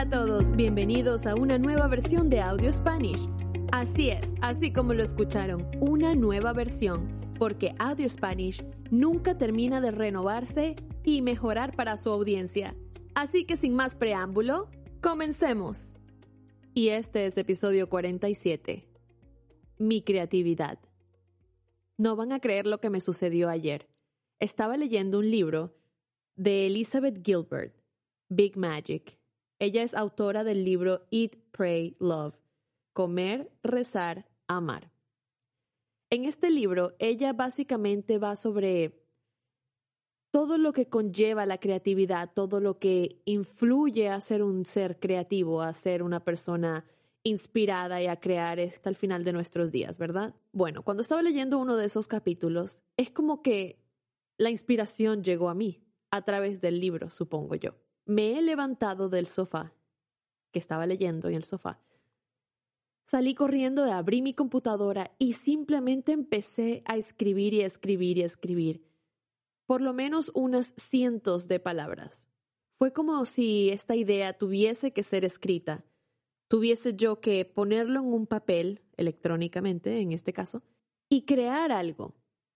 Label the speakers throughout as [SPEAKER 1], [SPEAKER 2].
[SPEAKER 1] Hola a todos, bienvenidos a una nueva versión de Audio Spanish. Así es, así como lo escucharon, una nueva versión, porque Audio Spanish nunca termina de renovarse y mejorar para su audiencia. Así que sin más preámbulo, comencemos. Y este es episodio 47. Mi creatividad. No van a creer lo que me sucedió ayer. Estaba leyendo un libro de Elizabeth Gilbert, Big Magic. Ella es autora del libro Eat, Pray, Love, Comer, Rezar, Amar. En este libro, ella básicamente va sobre todo lo que conlleva la creatividad, todo lo que influye a ser un ser creativo, a ser una persona inspirada y a crear hasta el final de nuestros días, ¿verdad? Bueno, cuando estaba leyendo uno de esos capítulos, es como que la inspiración llegó a mí a través del libro, supongo yo. Me he levantado del sofá, que estaba leyendo en el sofá. Salí corriendo, abrí mi computadora y simplemente empecé a escribir y escribir y escribir. Por lo menos unas cientos de palabras. Fue como si esta idea tuviese que ser escrita. Tuviese yo que ponerlo en un papel, electrónicamente en este caso, y crear algo.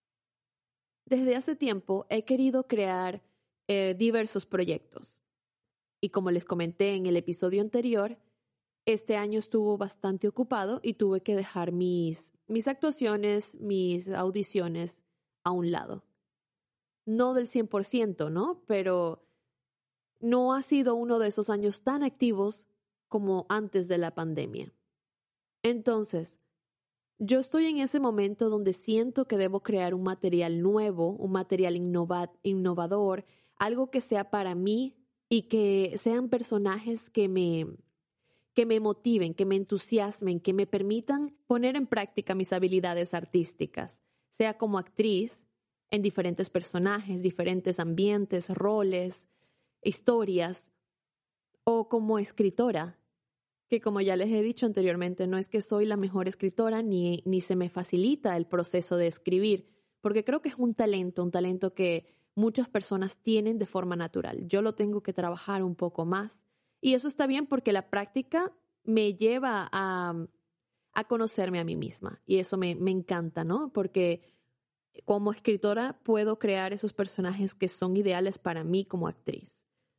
[SPEAKER 1] Desde hace tiempo he querido crear diversos proyectos. Y como les comenté en el episodio anterior, este año estuvo bastante ocupado y tuve que dejar mis actuaciones, mis audiciones a un lado. No del 100%, ¿no? Pero no ha sido uno de esos años tan activos como antes de la pandemia. Entonces, yo estoy en ese momento donde siento que debo crear un material nuevo, un material innovador, algo que sea para mí y que sean personajes que me motiven, que me entusiasmen, que me permitan poner en práctica mis habilidades artísticas, sea como actriz, en diferentes personajes, diferentes ambientes, roles, historias, o como escritora, que como ya les he dicho anteriormente, no es que soy la mejor escritora ni se me facilita el proceso de escribir, porque creo que es un talento que muchas personas tienen de forma natural. Yo lo tengo que trabajar un poco más. Y eso está bien porque la práctica me lleva a conocerme a mí misma. Y eso me encanta, ¿no? Porque como escritora puedo crear esos personajes que son ideales para mí como actriz.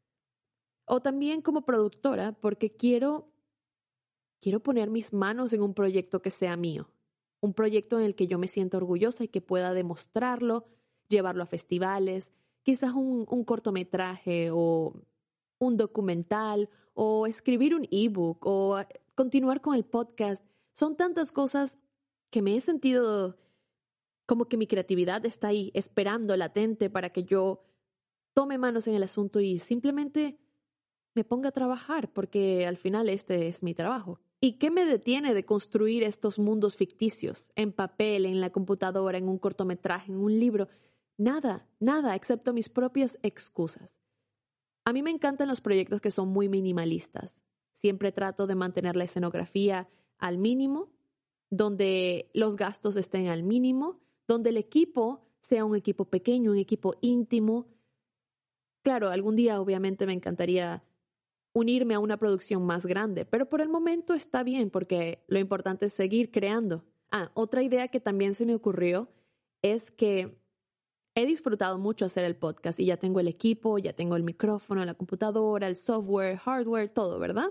[SPEAKER 1] O también como productora, porque quiero poner mis manos en un proyecto que sea mío. Un proyecto en el que yo me sienta orgullosa y que pueda demostrarlo, llevarlo a festivales, quizás un cortometraje o un documental o escribir un ebook o continuar con el podcast. Son tantas cosas que me he sentido como que mi creatividad está ahí esperando latente para que yo tome manos en el asunto y simplemente me ponga a trabajar, porque al final este es mi trabajo. ¿Y qué me detiene de construir estos mundos ficticios en papel, en la computadora, en un cortometraje, en un libro? Nada, excepto mis propias excusas. A mí me encantan los proyectos que son muy minimalistas. Siempre trato de mantener la escenografía al mínimo, donde los gastos estén al mínimo, donde el equipo sea un equipo pequeño, un equipo íntimo. Claro, algún día obviamente me encantaría unirme a una producción más grande, pero por el momento está bien porque lo importante es seguir creando. Otra idea que también se me ocurrió es que he disfrutado mucho hacer el podcast y ya tengo el equipo, ya tengo el micrófono, la computadora, el software, hardware, todo, ¿verdad?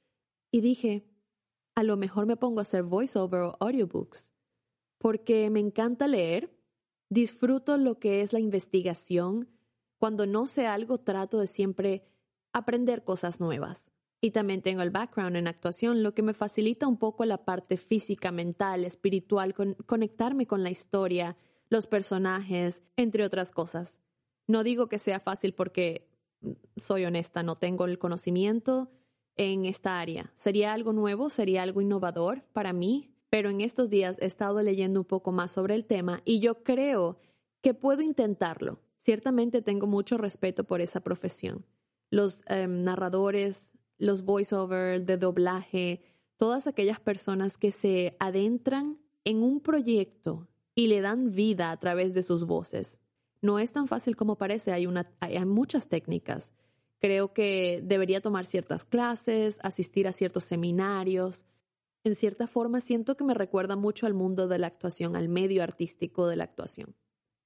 [SPEAKER 1] Y dije, a lo mejor me pongo a hacer voiceover o audiobooks, porque me encanta leer, disfruto lo que es la investigación. Cuando no sé algo, trato de siempre aprender cosas nuevas. Y también tengo el background en actuación, lo que me facilita un poco la parte física, mental, espiritual, conectarme con la historia, los personajes, entre otras cosas. No digo que sea fácil porque, soy honesta, no tengo el conocimiento en esta área. Sería algo nuevo, sería algo innovador para mí, pero en estos días he estado leyendo un poco más sobre el tema y yo creo que puedo intentarlo. Ciertamente tengo mucho respeto por esa profesión. Los narradores, los voiceovers de doblaje, todas aquellas personas que se adentran en un proyecto y le dan vida a través de sus voces. No es tan fácil como parece, hay muchas técnicas. Creo que debería tomar ciertas clases, asistir a ciertos seminarios. En cierta forma, siento que me recuerda mucho al mundo de la actuación, al medio artístico de la actuación.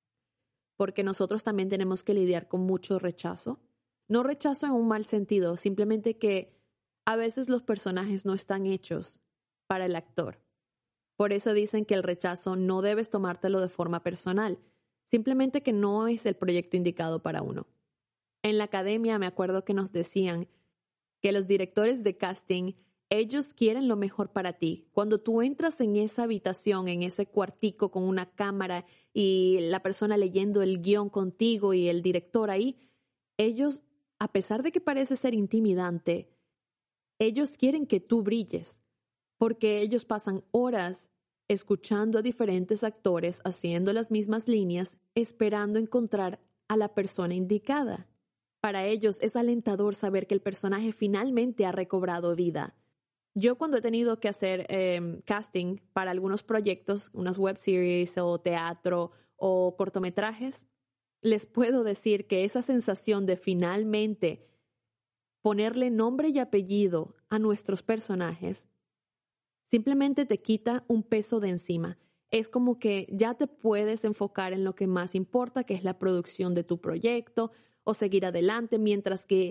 [SPEAKER 1] Porque nosotros también tenemos que lidiar con mucho rechazo. No rechazo en un mal sentido, simplemente que a veces los personajes no están hechos para el actor. Por eso dicen que el rechazo no debes tomártelo de forma personal, simplemente que no es el proyecto indicado para uno. En la academia me acuerdo que nos decían que los directores de casting, ellos quieren lo mejor para ti. Cuando tú entras en esa habitación, en ese cuartico con una cámara y la persona leyendo el guión contigo y el director ahí, ellos, a pesar de que parece ser intimidante, ellos quieren que tú brilles, porque ellos pasan horas escuchando a diferentes actores haciendo las mismas líneas, esperando encontrar a la persona indicada. Para ellos es alentador saber que el personaje finalmente ha recobrado vida. Yo cuando he tenido que hacer casting para algunos proyectos, unas web series o teatro o cortometrajes, les puedo decir que esa sensación de finalmente ponerle nombre y apellido a nuestros personajes simplemente te quita un peso de encima. Es como que ya te puedes enfocar en lo que más importa, que es la producción de tu proyecto o seguir adelante, mientras que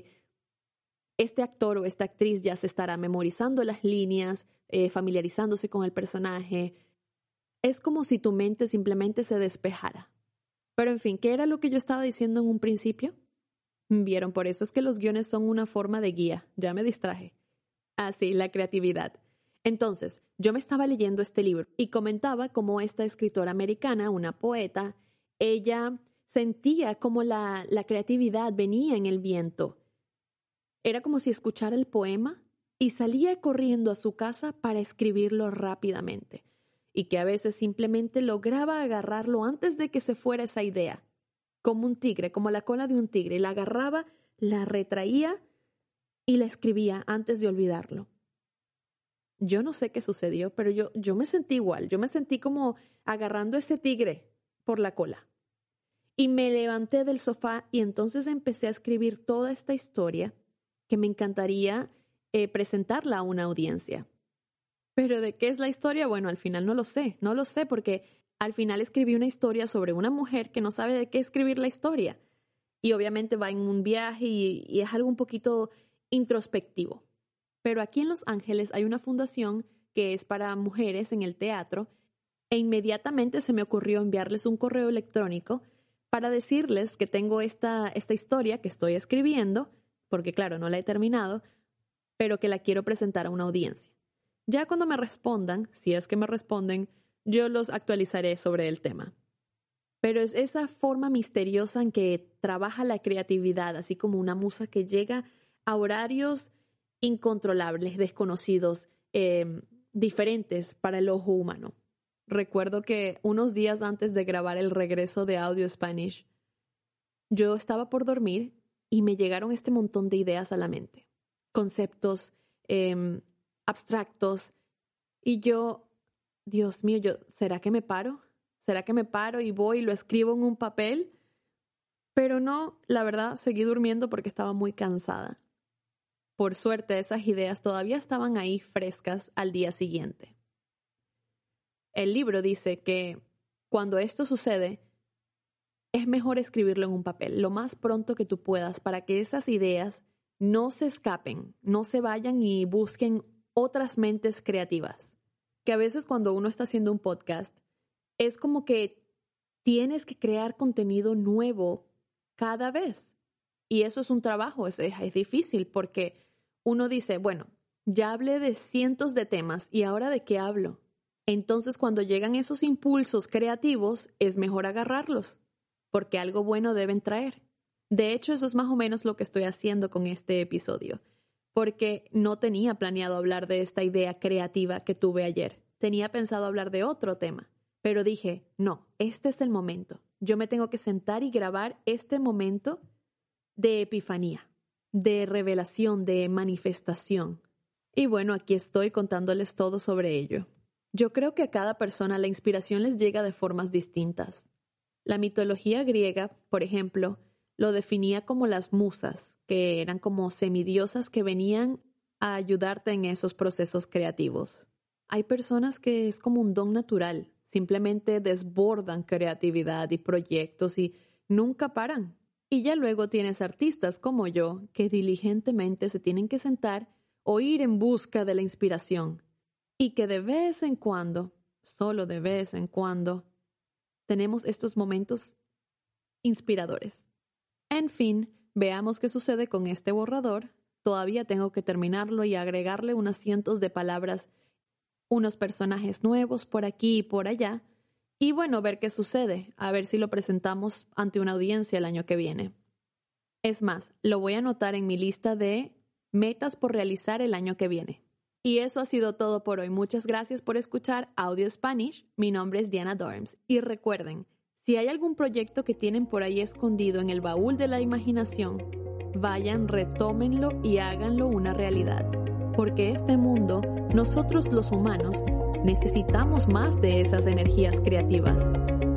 [SPEAKER 1] este actor o esta actriz ya se estará memorizando las líneas, familiarizándose con el personaje. Es como si tu mente simplemente se despejara. Pero en fin, ¿qué era lo que yo estaba diciendo en un principio? ¿Vieron? Por eso es que los guiones son una forma de guía. Ya me distraje. Ah, sí, la creatividad. Entonces, yo me estaba leyendo este libro y comentaba cómo esta escritora americana, una poeta, ella sentía como la creatividad venía en el viento. Era como si escuchara el poema y salía corriendo a su casa para escribirlo rápidamente, y que a veces simplemente lograba agarrarlo antes de que se fuera esa idea, como un tigre, como la cola de un tigre. La agarraba, la retraía y la escribía antes de olvidarlo. Yo no sé qué sucedió, pero yo me sentí igual. Yo me sentí como agarrando ese tigre por la cola. Y me levanté del sofá y entonces empecé a escribir toda esta historia que me encantaría presentarla a una audiencia. ¿Pero de qué es la historia? Bueno, al final no lo sé porque al final escribí una historia sobre una mujer que no sabe de qué escribir la historia. Y obviamente va en un viaje y es algo un poquito introspectivo. Pero aquí en Los Ángeles hay una fundación que es para mujeres en el teatro e inmediatamente se me ocurrió enviarles un correo electrónico para decirles que tengo esta historia que estoy escribiendo, porque claro, no la he terminado, pero que la quiero presentar a una audiencia. Ya cuando me respondan, si es que me responden, yo los actualizaré sobre el tema. Pero es esa forma misteriosa en que trabaja la creatividad, así como una musa que llega a horarios incontrolables, desconocidos, diferentes para el ojo humano. Recuerdo que unos días antes de grabar el regreso de Audio Spanish, yo estaba por dormir y me llegaron este montón de ideas a la mente, conceptos abstractos, y yo, Dios mío, ¿será que me paro? ¿Será que me paro y voy y lo escribo en un papel? Pero no, la verdad, seguí durmiendo porque estaba muy cansada. Por suerte, esas ideas todavía estaban ahí frescas al día siguiente. El libro dice que cuando esto sucede, es mejor escribirlo en un papel lo más pronto que tú puedas para que esas ideas no se escapen, no se vayan y busquen otras mentes creativas. Que a veces cuando uno está haciendo un podcast, es como que tienes que crear contenido nuevo cada vez. Y eso es un trabajo, es difícil porque uno dice, bueno, ya hablé de cientos de temas y ahora ¿de qué hablo? Entonces cuando llegan esos impulsos creativos, es mejor agarrarlos, porque algo bueno deben traer. De hecho, eso es más o menos lo que estoy haciendo con este episodio, porque no tenía planeado hablar de esta idea creativa que tuve ayer. Tenía pensado hablar de otro tema, pero dije, no, este es el momento. Yo me tengo que sentar y grabar este momento de epifanía, de revelación, de manifestación. Y bueno, aquí estoy contándoles todo sobre ello. Yo creo que a cada persona la inspiración les llega de formas distintas. La mitología griega, por ejemplo, lo definía como las musas, que eran como semidiosas que venían a ayudarte en esos procesos creativos. Hay personas que es como un don natural, simplemente desbordan creatividad y proyectos y nunca paran. Y ya luego tienes artistas como yo que diligentemente se tienen que sentar o ir en busca de la inspiración y que de vez en cuando, solo de vez en cuando, tenemos estos momentos inspiradores. En fin, veamos qué sucede con este borrador. Todavía tengo que terminarlo y agregarle unas cientos de palabras, unos personajes nuevos por aquí y por allá, y bueno, ver qué sucede, a ver si lo presentamos ante una audiencia el año que viene. Es más, lo voy a anotar en mi lista de metas por realizar el año que viene. Y eso ha sido todo por hoy. Muchas gracias por escuchar Audio Spanish. Mi nombre es Diana Dorms. Y recuerden, si hay algún proyecto que tienen por ahí escondido en el baúl de la imaginación, vayan, retómenlo y háganlo una realidad. Porque este mundo, nosotros los humanos, necesitamos más de esas energías creativas.